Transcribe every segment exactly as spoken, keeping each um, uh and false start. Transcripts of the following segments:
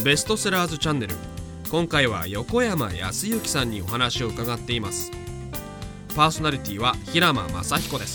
ベストセラーズチャンネル。今回は横山康之さんにお話を伺っています。パーソナリティは平間正彦です。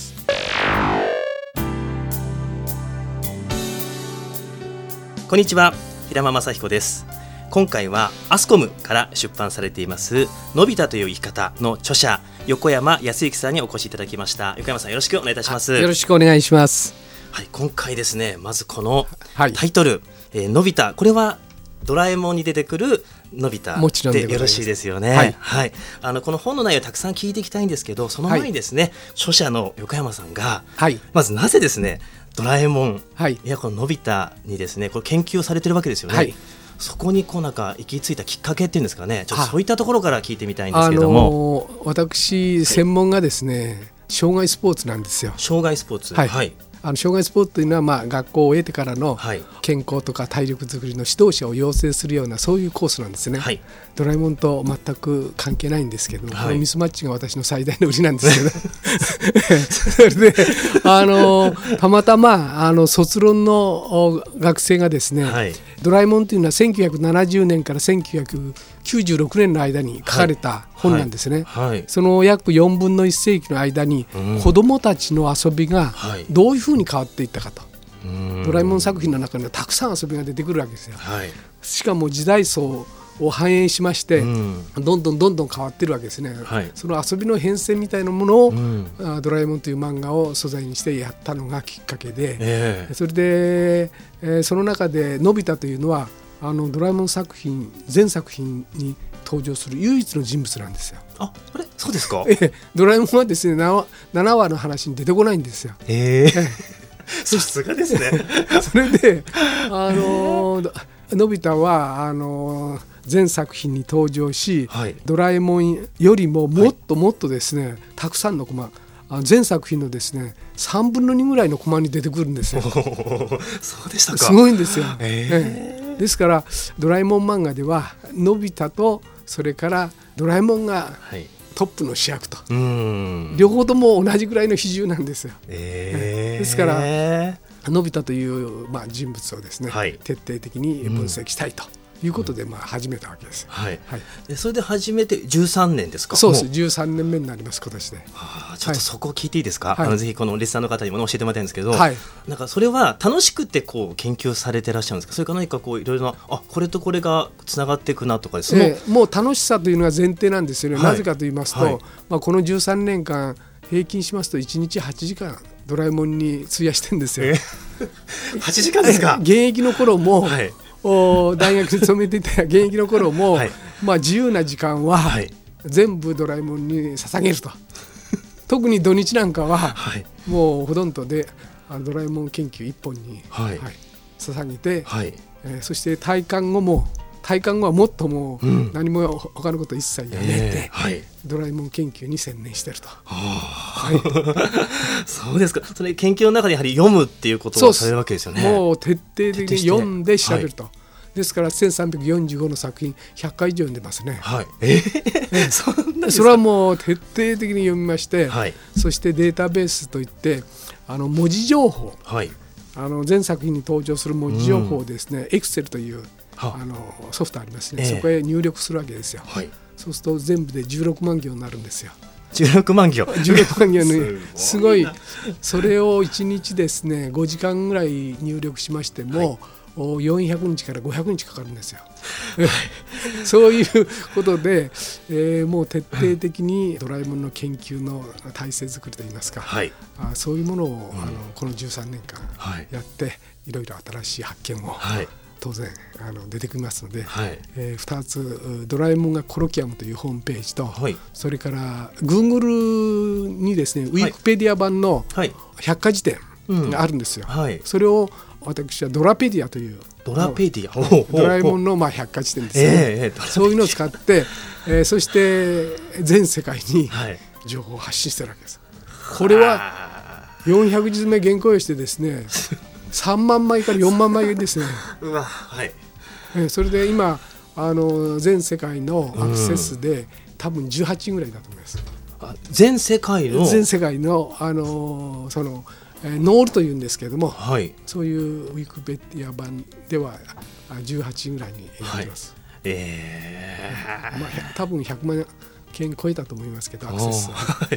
こんにちは、平間正彦です。今回はアスコムから出版されていますのび太という生き方の著者横山康之さんにお越しいただきました。横山さん、よろしくお願いいたします。 よろしくお願いします。 はい、今回ですね、まずこのタイトル、はい、えー、のび太、これはドラえもんに出てくるのび太でよろしいですよね。はいはい、あのこの本の内容をたくさん聞いていきたいんですけど、その前にですね、はい、著者の横山さんが、はい、まずなぜですねドラえもん、はい、いやこののび太にですねこれ研究をされてるわけですよね。はい、そこにこうなんか行き着いたきっかけっていうんですかね、ちょっとそういったところから聞いてみたいんですけれども。 あのー、私専門がですね、障害スポーツなんですよ。 障害スポーツ、 はい、はい、あの障害スポーツというのは、まあ、学校を終えてからの健康とか体力づくりの指導者を養成するようなそういうコースなんですね。はい、ドラえもんと全く関係ないんですけど、はい、このミスマッチが私の最大の売りなんですけどそれであのたまたまあの卒論の学生がですね、はい、ドラえもんというのはせんきゅうひゃくななじゅうねんからせんきゅうひゃくきゅうじゅうろくねんの間に書かれた本なんですね。はいはい、その約よんぶんのいっせいきの間に、うん、子どもたちの遊びがどういうふうに変わっていったかと、うん、ドラえもん作品の中にはたくさん遊びが出てくるわけですよ。はい、しかも時代層を反映しまして、うん、どんどんどんどん変わってるわけですね。はい、その遊びの変遷みたいなものを、うん、ドラえもんという漫画を素材にしてやったのがきっかけで、えー、それで、えー、その中でのび太というのはあのドラえもん作品全作品に登場する唯一の人物なんですよ。 あ、あれそうですか。 えー、ドラえもんはですね 7, ななわの話に出てこないんですよ。 えー、さすがですねそれであのー、のび太はあのー、全作品に登場し、はい、ドラえもんよりももっともっとですね、はい、たくさんのコマ、全作品のですねさんぶんのにぐらいのコマに出てくるんですよ。 そうでしたか。 すごいんですよ。 えーえー、ですからドラえもん漫画ではのび太とそれからドラえもんがトップの主役と、はい、うん両方とも同じぐらいの比重なんですよ。えー、ですからのび太という、まあ、人物をですね、はい、徹底的に分析したいということで、まあ、始めたわけです。 はいはい、でそれで始めてじゅうさんねんですか。 そうです。じゅうさんねんめになります今年で。 はあ、ちょっとそこを聞いていいですか。はい、あのぜひこのリスナーの方にも教えてもらいたいんですけど、 はい、 なんかそれは楽しくてこう研究されてらっしゃるんですか。それか何かこういろいろなあこれとこれがつながっていくなとかその、 えー、もう楽しさというのが前提なんですよね。はい、なぜかと言いますと、はい、まあ、このじゅうさんねんかん平均しますといちにちはちじかんドラえもんに費やしてるんですよ。 はちじかんですか。 現役の頃も、はい、お大学に勤めていた現役の頃も、はい、まあ、自由な時間は全部ドラえもんに捧げると。特に土日なんかは、はい、もうほとんどでドラえもん研究一本に、はいはい、捧げて、はい、えー、そして退官後も退官後はもっともう何も他のこと一切やめて、えーはい、ドラえもん研究に専念してると。 はい、そうですか。それ研究の中でやはり読むっていうことをされるわけですよね。 もう徹底的に読んで調べると。はい、ですからせんさんびゃくよんじゅうごの作品ひゃっかい以上読んでますね。はい、えー、そんなですか。それはもう徹底的に読みまして、はい、そしてデータベースといってあの文字情報、はい、あの全作品に登場する文字情報をですね、エクセルというあのソフトありますね、えー、そこへ入力するわけですよ。はい、そうすると全部でじゅうろくまんぎょうになるんですよ。 じゅうろくまんぎょうじゅうろくまんぎょうねすごい。それをいちにちですねごじかんぐらい入力しましても、はい、よんひゃくにちからごひゃくにちかかるんですよ。そういうことで、えー、もう徹底的にドラえもんの研究の体制作りといいますか、はい、あそういうものを、うん、あのこのじゅうさんねんかんやって、はい、いろいろ新しい発見を、はい、当然あの出てきますので、はい、えー、ふたつドラえもんがコロキアムというホームページと、はい、それから Google にですねウィキペディア版の百科事典があるんですよ。はい、それを私はドラペディアというドラペディアドラえもんのまあ百科事典ですね、えー、そういうのを使って、えー、そして全世界に情報を発信してるわけです。これはよんひゃくじつめ原稿用してですねさんまんまいからよんまんまいですね。 うわ、はい、 えー、それで今あの全世界のアクセスで、うん、多分じゅうはちいぐらいだと思います。 あ全世界の全世界の、あのー、そのえー、ノールというんですけれども、 はい、 そういうウィキペディア版ではじゅうはちいぐらいになります。はい、 えーまあ、多分ひゃくまん件超えたと思いますけど、アクセス、 はい、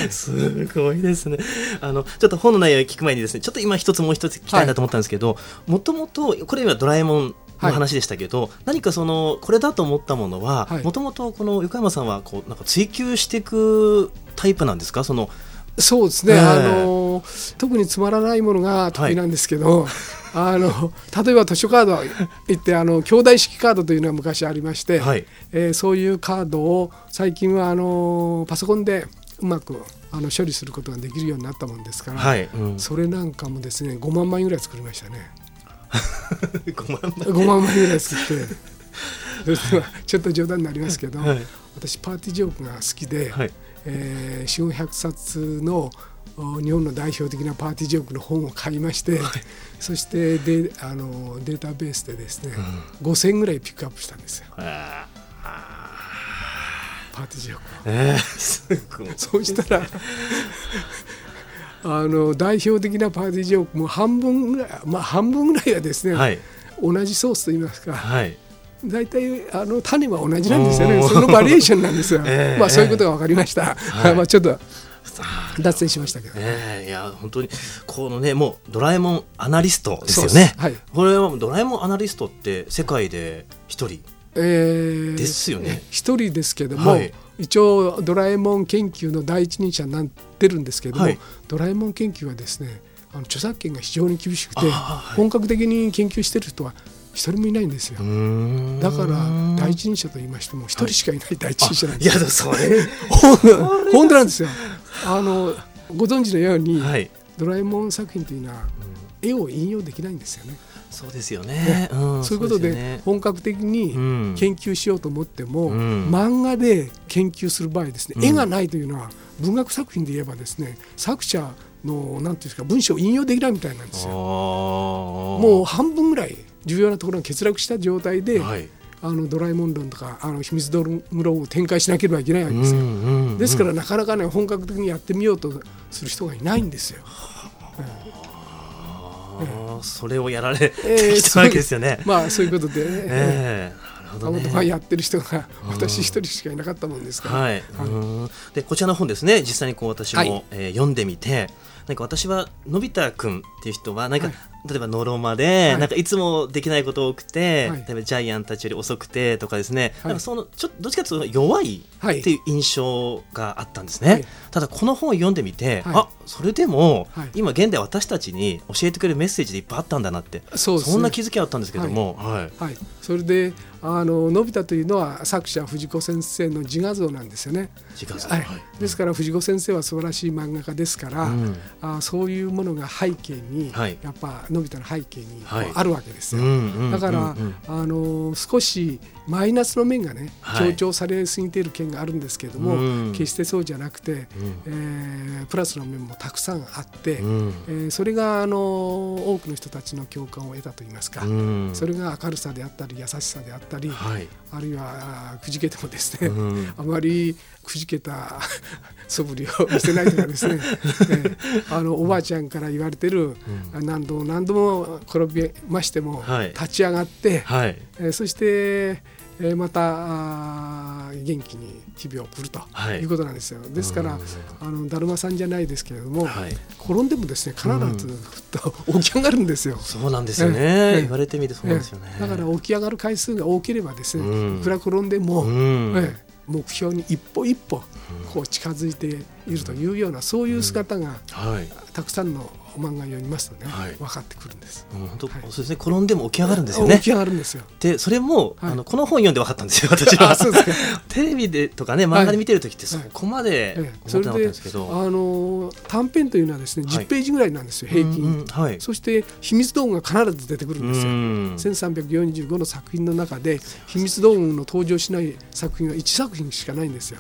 すごいですね。あのちょっと本の内容を聞く前にですね、ちょっと今一つもう一つ聞きたいなと思ったんですけど、もともとこれはドラえもんの話でしたけど、はい、何かそのこれだと思ったものはもともとこの横山さんはこうなんか追求していくタイプなんですか？そのそうですね、えー、あの特につまらないものが得意なんですけど、はい、あの例えば図書カード行ってあの兄弟式カードというのは昔ありまして、はい、えー、そういうカードを最近はあのパソコンでうまくあの処理することができるようになったもんですから、はい、うん、それなんかもですねごまんまいぐらい作りましたね。 ごまんまいごまんまいぐらい作ってちょっと冗談になりますけど、はい、私パーティージョークが好きで、はい、えー、よんひゃくさつの日本の代表的なパーティージョークの本を買いまして、はい、そしてであのデータベースでですね、うん、ごせんぐらいピックアップしたんですよ、パーティージョーク、えー、すごいそうしたらあの代表的なパーティージョークも半分ぐらい、まあ、半分ぐらいはですね、はい、同じソースといいますか、はい、だいたいあの種は同じなんですよね。そのバリエーションなんですよ、えーまあ、そういうことが分かりました、はい、まあちょっと脱線しましたけど、 えー、いや本当にこのねもうドラえもんアナリストですよね。はい、これはドラえもんアナリストって世界で一人ですよね。 一、えー、人ですけども、はい、一応ドラえもん研究の第一人者になってるんですけども、はい、ドラえもん研究はですねあの著作権が非常に厳しくて、はい、本格的に研究してる人は一人もいないんですよ。だから第一人者と言いましても一人しかいない第一人者なんですよ、 はい、いやそれ本当なんですよ。あのご存知のように、はい、ドラえもん作品というのは絵を引用できないんですよね。 そうですよね、うん、 そういうことで、ね、本格的に研究しようと思っても、うん、漫画で研究する場合ですね、うん、絵がないというのは文学作品で言えばですね作者のなんていうんですか文章を引用できないみたいなんですよ。もう半分ぐらい重要なところが欠落した状態で、はい、あのドラえもん論とかあの秘密道具論を展開しなければいけないわけですよ、うんうんうん、ですからなかなかね本格的にやってみようとする人がいないんですよ、 うん、それをやられてきたわけですよね、 えー、まあそういうことで、えーなるほどね、まあ、やってる人が私一人しかいなかったもんですから、はいはい、 うんでこちらの本ですね実際にこう私も、はい、えー、読んでみてなんか私はのび太くんっていう人はなんか、はい、例えばノロマで、はい、なんかいつもできないこと多くて、はい、例えばジャイアンたちより遅くてとかですね、はい、なんかそのちょっとどっちかというと弱いっていう印象があったんですね、はい、ただこの本を読んでみて、はい、あそれでも、はい、今現代私たちに教えてくれるメッセージでいっぱいあったんだなって そ,、ね、そんな気づきがあったんですけども、はいはいはい、それであののび太というのは作者藤子先生の自画像なんですよね。 自画像、 はいはい、ですから藤子先生は素晴らしい漫画家ですから、うん、あそういうものが背景に、はい、やっぱのび太の背景にあるわけですよ、はい、だから、うんうん、あの少しマイナスの面がね強調されすぎている件があるんですけれども、はい、決してそうじゃなくて、うんえー、プラスの面もたくさんあって、うんえー、それがあの多くの人たちの共感を得たといいますか、うん、それが明るさであったり優しさであったり、はい、あるいはくじけてもですね、うん、あまりくじけた素振りを見せないとかですね、えー、あのおばあちゃんから言われてる、うん、何度も何度も転びましても、はい、立ち上がって、はいえー、そしてえー、また元気に日々を送るということなんですよ、はい、ですからあのだるまさんじゃないですけれども、はい、転んでもですね必ずふっと起き上がるんですよ、うん、 そうなんですよね、えー、言われてみてそうなんですよね、 えー、だから起き上がる回数が多ければですね、うん、いくら転んでも、うんえー、目標に一歩一歩こう近づいているというようなそういう姿が、うんはい、たくさんの漫画を読みますとね、はい、分かってくるんです、 うん、本当、はい、そうですね、転んでも起き上がるんですよね。 起き上がるんですよ。 でそれも、はい、あのこの本読んで分かったんですよ私は。あそうですかテレビでとかね漫画で見てる時ってそこまで思ってなかったんですけど、はいはい、 それであの短編というのはですねじゅっページぐらいなんですよ、はい、平均、うんうんはい、そして秘密道具が必ず出てくるんですよ、うん、せんさんびゃくよんじゅうごの作品の中で秘密道具の登場しない作品はいちさく品しかないんですよ。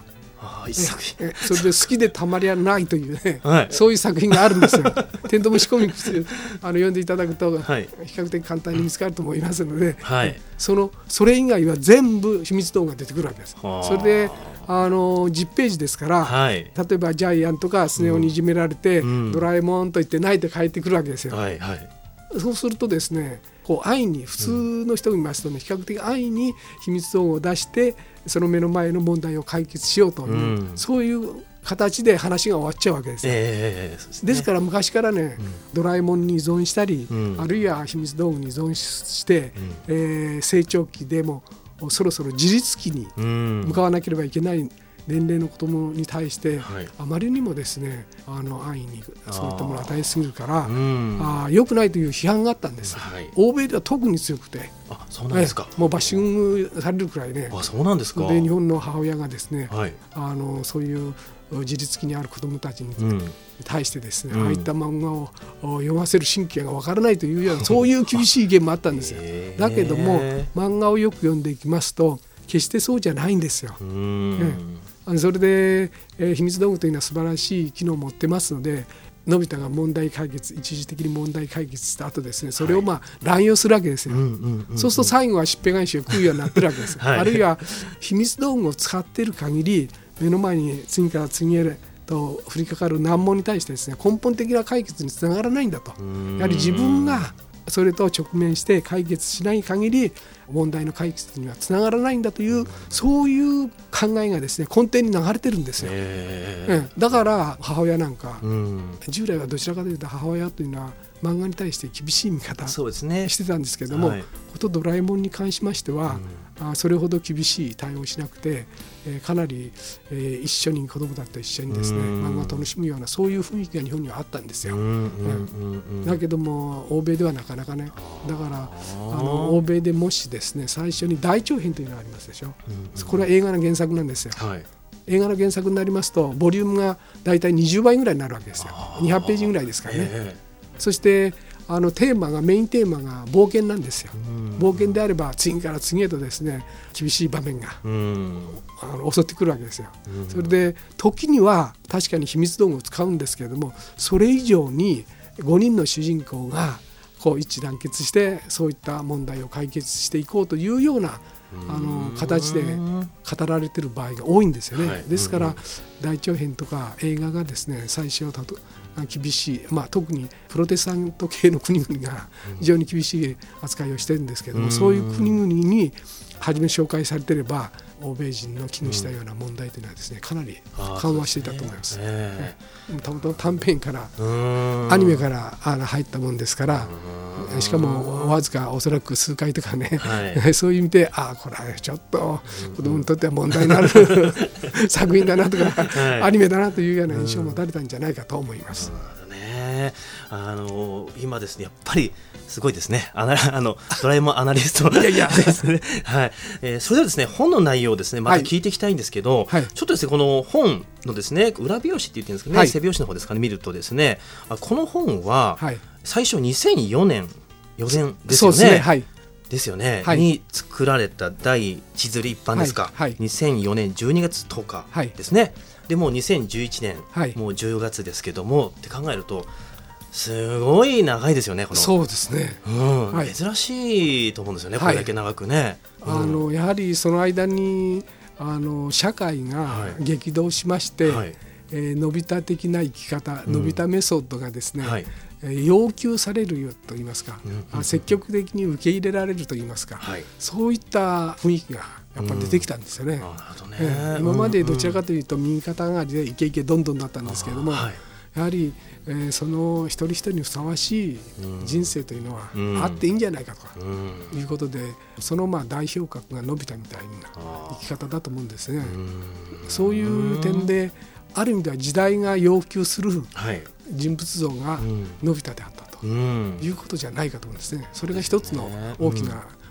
あ一作品それで好きでたまりはないというね、はい、そういう作品があるんですよ。テントウムシコミックスあの読んでいただくと、はい、比較的簡単に見つかると思いますので、はい、そのそれ以外は全部秘密道具が出てくるわけです。それであのじゅっページですから、はい、例えばジャイアンとかスネ夫にいじめられて、うん、ドラえもんと言って泣いて帰ってくるわけですよ、はいはい、そうするとですねこう安易に普通の人がいますとね、比較的安易に秘密道具を出してその目の前の問題を解決しようという、うん、そういう形で話が終わっちゃうわけですよ、えー ですね、ですから昔からね、うん、ドラえもんに依存したり、うん、あるいは秘密道具に依存して、うんえー、成長期でもそろそろ自立期に向かわなければいけない年齢の子どもに対して、はい、あまりにもですねあの安易にそういったものを与えすぎるからあ良くないという批判があったんです、はい、欧米では特に強くてあそうなんですか、 もうバッシングされるくらいね。 あそうなんですか。 で日本の母親がですね、はい、あのそういう自立期にある子どもたちに対してですね、うん、ああいった漫画を読ませる神経がわからないというようなそういう厳しい意見もあったんですよ。だけども漫画をよく読んでいきますと決してそうじゃないんですよ。うんね、それで、えー、秘密道具というのは素晴らしい機能を持ってますので、のび太が問題解決一時的に問題解決した後ですね、それをまあ乱用するわけですよ、はいうんうんうんうん、そうすると最後はしっぺ返しを食うようになってるわけです、はい、あるいは秘密道具を使っている限り目の前に次から次へと降りかかる難問に対してですね根本的な解決につながらないんだと。やはり自分がそれと直面して解決しない限り問題の解決にはつながらないんだという、うん、そういう考えがですね根底に流れてるんですよ、えー、だから母親なんか、うん、従来はどちらかというと母親というのは漫画に対して厳しい見方してたんですけども、ねはい、ことドラえもんに関しましては、うん、あそれほど厳しい対応をしなくて、えー、かなり、えー、一緒に子供たちと一緒にですね、うん、漫画を楽しむようなそういう雰囲気が日本にはあったんですよ、うんうんうん、だけども欧米ではなかなかね、だからあの欧米でもしですね最初に大長編というのがありますでしょ、うんうん、これは映画の原作なんですよ、はい、映画の原作になりますとボリュームがだいたいにじゅうばいぐらいになるわけですよ。にひゃくページぐらいですからね、えーそしてあのテーマがメインテーマが冒険なんですよ。冒険であれば次から次へとですね厳しい場面があの襲ってくるわけですよ。それで時には確かに秘密道具を使うんですけれどもそれ以上にごにんの主人公がこう一致団結してそういった問題を解決していこうというようなあの形で語られている場合が多いんですよね、はい、ですから大長編とか映画がですね最初はたと厳しい、まあ、特にプロテスタント系の国々が非常に厳しい扱いをしてるんですけども、うん、そういう国々に初め紹介されていれば欧米人の危惧したような問題というのはですねかなり緩和していたと思います。たまたま短編からアニメからあの入ったもんですからしかもわずかおそらく数回とかね、はい、そういう意味であこれはちょっと子供にとっては問題のある作品だなとか、はい、アニメだなというような印象を持たれたんじゃないかと思います。 ね、あの今ですねやっぱりすごいですねあのあのドラえもんアナリストいやいやですね、はいえー、それではですね本の内容をですねまた聞いていきたいんですけど、はい、ちょっとですねこの本のですね裏表紙って言ってるんですけどね、はい、背表紙の方ですかね見るとですねこの本は最初にせんよねんよねんですよね。そうですね、はいですよね、はい、に作られた第一刷り一般ですか、はいはい、にせんよねんじゅうにがつとおかですね、はい、でもうにせんじゅういちねん、はい、もうじゅうがつですけどもって考えるとすごい長いですよねこの。 そうですね、 うんはい、珍しいと思うんですよねこれだけ長くね、 はいうん、あのやはりその間にあの社会が激動しまして、はいえー、のび太的な生き方、うん、のび太メソッドがですね、はい要求されるよと言いますか、うん、積極的に受け入れられると言いますか、はい、そういった雰囲気がやっぱり出てきたんですよね、うんなるほどねえー、今までどちらかというと右肩上がりでイケイケどんどんだったんですけれども、はい、やはり、えー、その一人一人にふさわしい人生というのはあっていいんじゃないかということで、そのまあ代表格がのび太みたいな生き方だと思うんですね。そういう点である意味では時代が要求する人物像がのび太であったということじゃないかと思うんですね。それが一つの大きな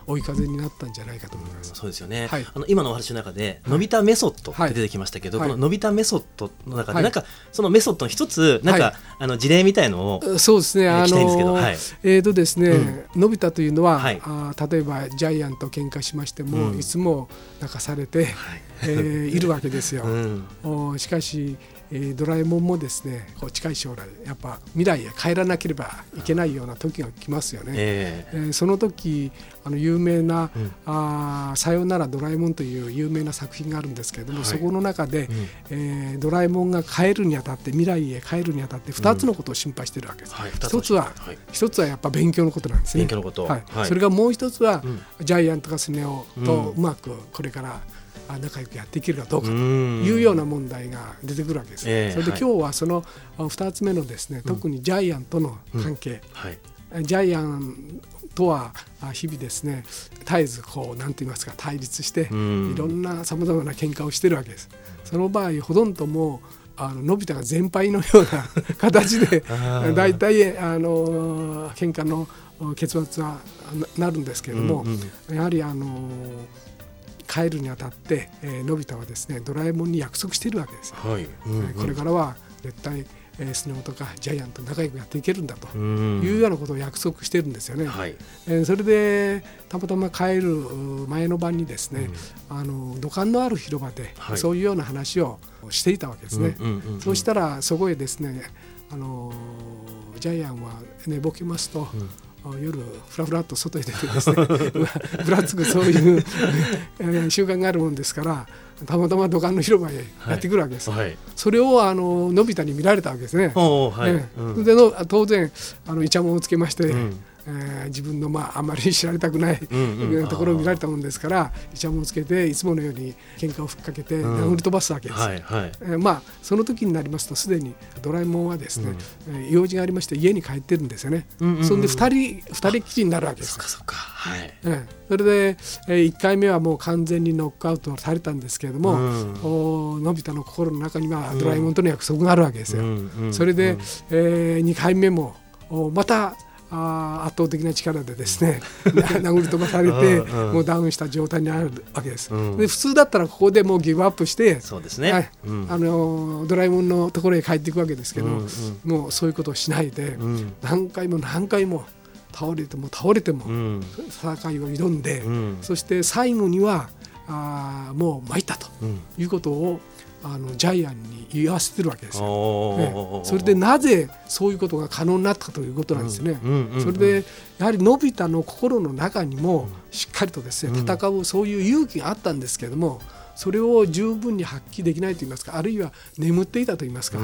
追い風になったんじゃないかと思います。 そうですよね、はい、あの今のお話の中でのび太メソッドって出てきましたけど、はい、こののび太メソッドの中でなんかそのメソッドの一つなんか、はい、あの事例みたいのをそうですね、 聞きたいんですけど、はい、 えーとですね、うん、のび太というのは、はい、あ例えばジャイアンと喧嘩しましても、うん、いつも泣かされて、はいえー、いるわけですよ、うん、おしかしえー、ドラえもんもですねこう近い将来やっぱ未来へ帰らなければいけないような時が来ますよね、えーえー、その時あの有名な、うん、あさよならドラえもんという有名な作品があるんですけれども、はい、そこの中で、うんえー、ドラえもんが帰るにあたって未来へ帰るにあたってふたつのことを心配しているわけです、うんはい、一つは、はい、一つはやっぱ勉強のことなんですね。 勉強のこと、 はいはい、それがもう一つは、うん、ジャイアンとかスネ夫とうまくこれから仲良くやっていけるかどうかというような問題が出てくるわけです、えー、それで今日はそのふたつめのですね、特にジャイアンとの関係、うんはい、ジャイアンとは日々ですね絶えずこう何て言いますか対立していろんなさまざまな喧嘩をしているわけです。その場合ほとんどもうあののび太が全敗のような形でだいたいあの喧嘩の結末はなるんですけれども、うんうん、やはりあの帰るにあたって、えー、のび太はですねドラえもんに約束しているわけです、はいうんうん、これからは絶対、えー、スネ夫とかジャイアンと仲良くやっていけるんだというようなことを約束してるんですよね、はいえー、それでたまたま帰る前の晩にですね、うん、あの土管のある広場で、はい、そういうような話をしていたわけですね、うんうんうんうん、そうしたらそこへですねあのジャイアンは寝ぼけますと、うん夜ふらふらっと外へ出てですねぶらつくそういう習慣があるもんですからたまたま土管の広場へやってくるわけです、はいはい、それをあののび太に見られたわけですね、はいねうん、それでの当然あのイチャモンをつけまして、うんえー、自分の、まあ、あまり知られたくない、うんうん、ところを見られたもんですからイチャモンをつけていつものように喧嘩をふっかけて殴り飛ばすわけです、うんはいはいえーまあ、その時になりますとすでにドラえもんはですね、うん、用事がありまして家に帰ってるんですよね、うんうんうん、そんでふたりふたりきりになるわけです。 そっかそっか、はいえー、それで、えー、いっかいめはもう完全にノックアウトされたんですけれども、うん、おのび太の心の中にはドラえもんとの約束があるわけですよ、うんうん、それで、うんえー、にかいめもまたあ圧倒的な力でですね殴り飛ばされてもうダウンした状態にあるわけです、うん、で普通だったらここでもうギブアップしてそうですね、 はいうん、あのドラえもんのところへ帰っていくわけですけど、うんうん、もうそういうことをしないで、うん、何回も何回も倒れても倒れても戦いを挑んで、うん、そして最後にはあもう参ったということをあのジャイアンに言わせてるわけですよ、ね、それでなぜそういうことが可能になったということなんですね、うんうんうんうん、それでやはりのび太の心の中にもしっかりとですね、うん、戦うそういう勇気があったんですけれどもそれを十分に発揮できないといいますかあるいは眠っていたといいますか、うん、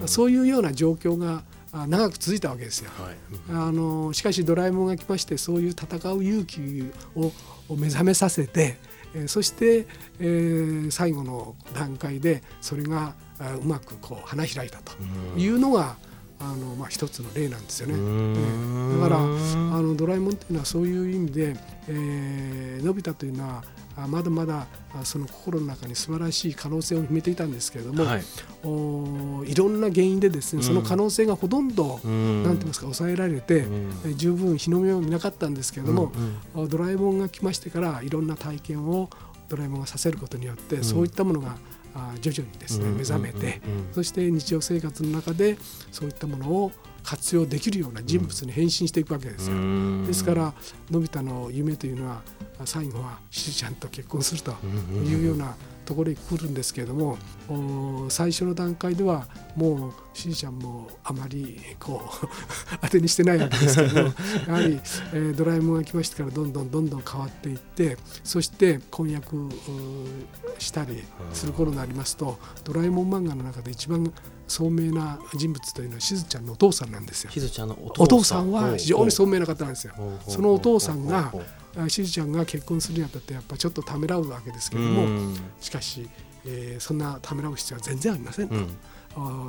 そういうような状況が長く続いたわけですよ、はいうん、あのしかしドラえもんが来ましてそういう戦う勇気を目覚めさせてえー、そして、えー、最後の段階でそれがうまくこう花開いたというのがあの、まあ、一つの例なんですよね、えー、だからあのドラえもんというのはそういう意味で、えー、のび太というのはまだまだその心の中に素晴らしい可能性を秘めていたんですけれども、はい、おいろんな原因でですね、うん、その可能性がほとんど、うん、なんて言いますか抑えられて、うん、十分日の目を見なかったんですけれども、うんうん、ドラえもんが来ましてからいろんな体験をドラえもんがさせることによって、うん、そういったものが徐々にですね、うん、目覚めて、うん、そして日常生活の中でそういったものを活用できるような人物に変身していくわけですよ、うん、ですからのび太の夢というのは最後はしずちゃんと結婚するというようなところに来るんですけれども、最初の段階ではもうしずちゃんもあまりこう当てにしてないわけですけどもやはり、えー、ドラえもんが来ましてからどんどんどんどん変わっていってそして婚約したりする頃になりますとドラえもん漫画の中で一番聡明な人物というのはしずちゃんのお父さんなんですよ。 しずちゃんのお父さん、 お父さんは非常に聡明な方なんですよ。そのお父さんがしずちゃんが結婚するにあたってやっぱちょっとためらうわけですけれども、しかし、えー、そんなためらう必要は全然ありませんと、うん、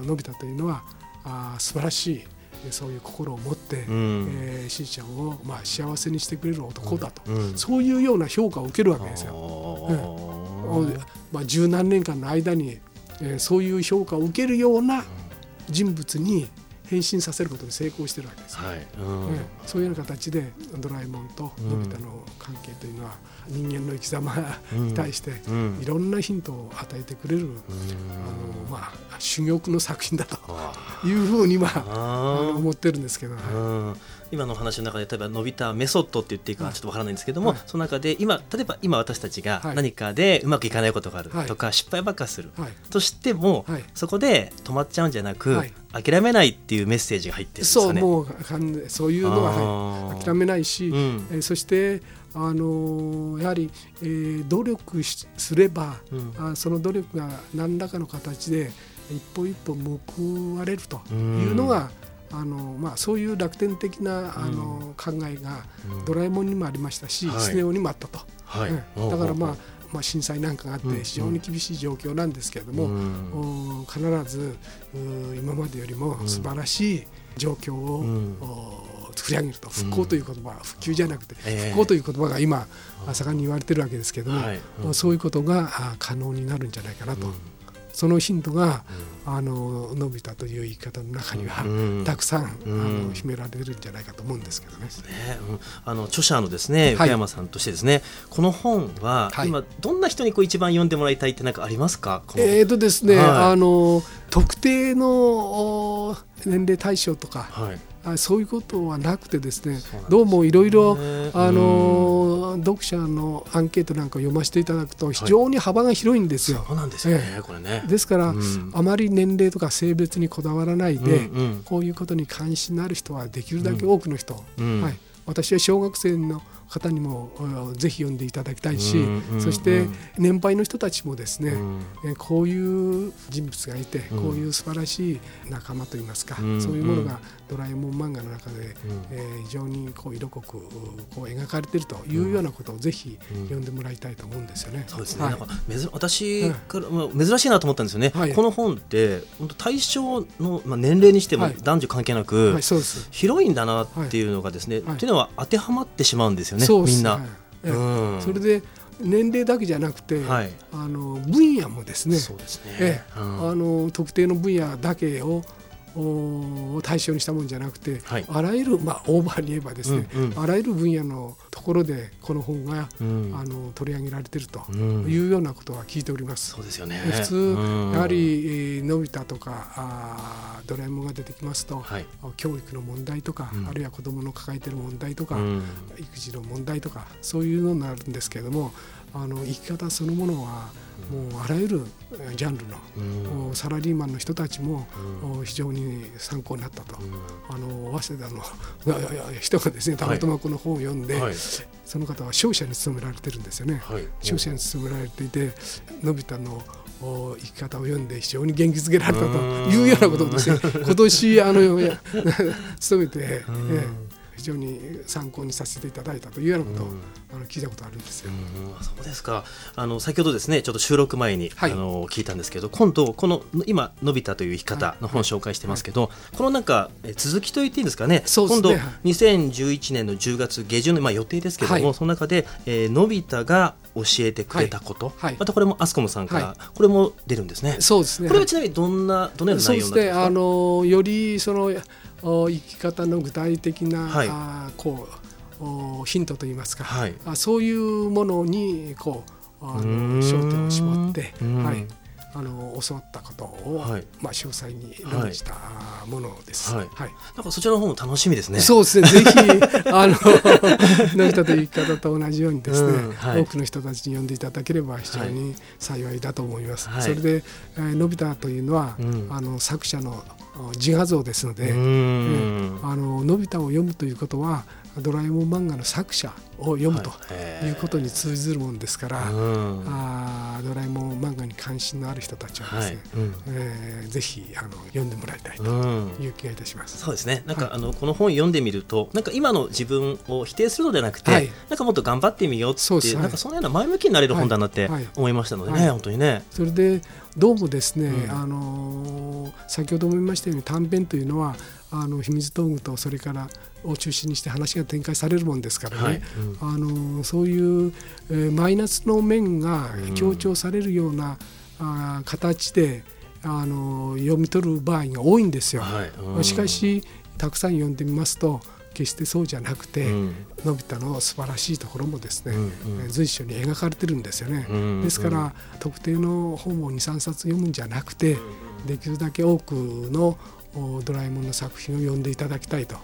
のび太というのはあ素晴らしいそういう心を持って、うんえー、しずちゃんを、まあ、幸せにしてくれる男だと、うん、そういうような評価を受けるわけですよ、うんまあ、十何年間の間に、えー、そういう評価を受けるような人物に変身させることに成功してるわけです、はいうんね、そういうような形でドラえもんとのび太の関係というのは人間の生き様に対していろんなヒントを与えてくれる、うん、あのまあ、珠玉の作品だというふうには思ってるんですけど、ね、 うん今の話の中で例えばのび太メソッドって言っていいかちょっとわからないんですけども、はい、その中で今例えば今私たちが何かでうまくいかないことがあるとか、はい、失敗ばっかする、はい、としても、はい、そこで止まっちゃうんじゃなく、はい、諦めないっていうメッセージが入ってるんですかね。 そう、もうそういうのは、はい、諦めないし、うんえー、そしてあのー、やはり、えー、努力すれば、うん、あその努力が何らかの形で一歩一歩報われるというのが、うんあのまあ、そういう楽天的なあの、うん、考えがドラえもんにもありましたし、はい、スネ夫にもあったと、はいうん、だから、まあまあ、震災なんかがあって非常に厳しい状況なんですけれども、うん、必ず今までよりも素晴らしい状況を、うん作り上げると復興という言葉、うん、復旧じゃなくて復興という言葉が今盛んに言われてるわけですけども、はいうん、そういうことが可能になるんじゃないかなと、うん、そのヒントが、うん、あののび太という言い方の中には、うん、たくさん、うん、あの秘められるんじゃないかと思うんですけどね。ねうん、あの著者のですね横山さんとしてですね、はい、この本は、はい、今どんな人にこう一番読んでもらいたいって何かありますか？ えーとですね、はい、あの特定の年齢対象とか、はいそういうことはなくてですね、どうもいろいろあの読者のアンケートなんかを読ませていただくと非常に幅が広いんですよ。 そうなんですよね、これね。 ですから、うん、あまり年齢とか性別にこだわらないで、うんうん、こういうことに関心のある人はできるだけ多くの人、うんはい、私は小学生の方にもぜひ読んでいただきたいし、うんうんうん、そして年配の人たちもですね、うん、こういう人物がいて、うん、こういう素晴らしい仲間といいますか、うん、そういうものがドラえもん漫画の中で、うんえー、非常にこう色濃くこう描かれているというようなことをぜひ読んでもらいたいと思うんですよね。 そうですね、はい、なんか珍私から、まあ、珍しいなと思ったんですよね、はい、この本って本当対象の、まあ、年齢にしても男女関係なく、はい、そうです広いんだなっていうのがですね、はい、っていうのは当てはまってしまうんですよね、みんな、はいうん、それで年齢だけじゃなくて、はい、あの分野もですね、そうですね、ええうん、あの特定の分野だけを対象にしたもんじゃなくて、はい、あらゆる、まあ、オーバーに言えばですね、うんうん、あらゆる分野のところでこの本が、うん、あの取り上げられているというようなことは聞いております。 そうですよね。 普通、うん、やはり、えー、のび太とかあドラえもんが出てきますと、はい、教育の問題とか、うん、あるいは子どもの抱えている問題とか、うん、育児の問題とかそういうのになるんですけれども、あの生き方そのものはもうあらゆるジャンルの、うん、サラリーマンの人たちも、うん、非常に参考になったと、うん、あの早稲田の人がですねたまたまこの本を読んで、はい、その方は商社に勤められてるんですよね、はい、商社に勤められていてのび太の生き方を読んで非常に元気づけられたというようなことをですね今年あの勤めて、えー非常に参考にさせていただいたというようなことを、うん、あの聞いたことあるんですよ。 うん、そうですか。あの先ほどですねちょっと収録前に、はい、あの聞いたんですけど、今度この今のび太という生き方の本を紹介してますけど、はいはい、このなんかえ続きと言っていいんですかね。そうですね。今度にせんじゅういちねんのじゅうがつ下旬の、まあ、予定ですけども、はい、その中で、えー、のび太が教えてくれたこと、はいはい、またこれもアスコムさんから、はい、これも出るんですね。 そうですね。 これはちなみにどんなどのような内容なんですか。そうですね。あのよりその生き方の具体的な、はい、あこうヒントといいますか、はい、あそういうものにこうあの焦点を絞って、はい、あの教わったことを、はいまあ、詳細に論したものです、はいはい、 なんかそちらの方も楽しみですね。 そうですね。ぜひあののび太という生き方と同じようにですね、うんはい、多くの人たちに読んでいただければ非常に幸いだと思います、はい、それで、えー、のび太というのは、うん、あの作者の自画像ですので、うん、あののび太を読むということはドラえもん漫画の作者を読むということに通ずるものですから、はい、あドラえもん漫画に関心のある人たちはですね、はいうんえー、ぜひあの読んでもらいたいという気がいたします、 うん、そうですね。なんか、はい、あのこの本読んでみるとなんか今の自分を否定するのではなくて、はい、なんかもっと頑張ってみようっていう、なんかそのような前向きになれる本だなって思いましたのでね、はいはい、本当にね。 それでどうもですね、うんあのー、先ほども言いましたように短編というのはあの秘密道具とそれからを中心にして話が展開されるもんですからね、はいうんあのー、そういう、えー、マイナスの面が強調されるような、うん、あ形であの読み取る場合が多いんですよ、 はいうん、 しかしたくさん読んでみますと決してそうじゃなくて、うん、のび太の素晴らしいところもですね、うんうん、随所に描かれてるんですよね、うんうん、ですから特定の本を にさんさつ読むんじゃなくて、うん、できるだけ多くのドラえもんの作品を読んでいただきたいと、はい、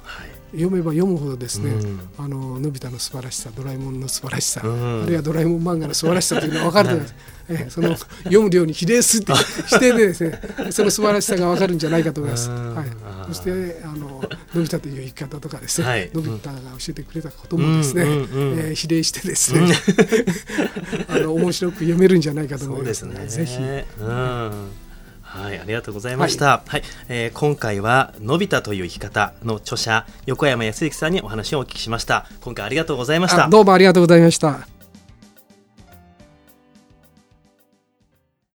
読めば読むほどですね、うん、あののび太の素晴らしさ、ドラえもんの素晴らしさ、うん、あるいはドラえもん漫画の素晴らしさというのが分かると思います、はい、えその読む量に比例するって否定でですねその素晴らしさが分かるんじゃないかと思います、はい、そしてあののび太という生き方とかですね、はい、のび太が教えてくれたこともですね、うんうんうんえー、比例してですね、うん、あの面白く読めるんじゃないかと思いますので、ぜひ、うんはい、ありがとうございました、はいはいえー、今回はのび太という生き方の著者横山康之さんにお話をお聞きしました。今回ありがとうございました。 どうもありがとうございました。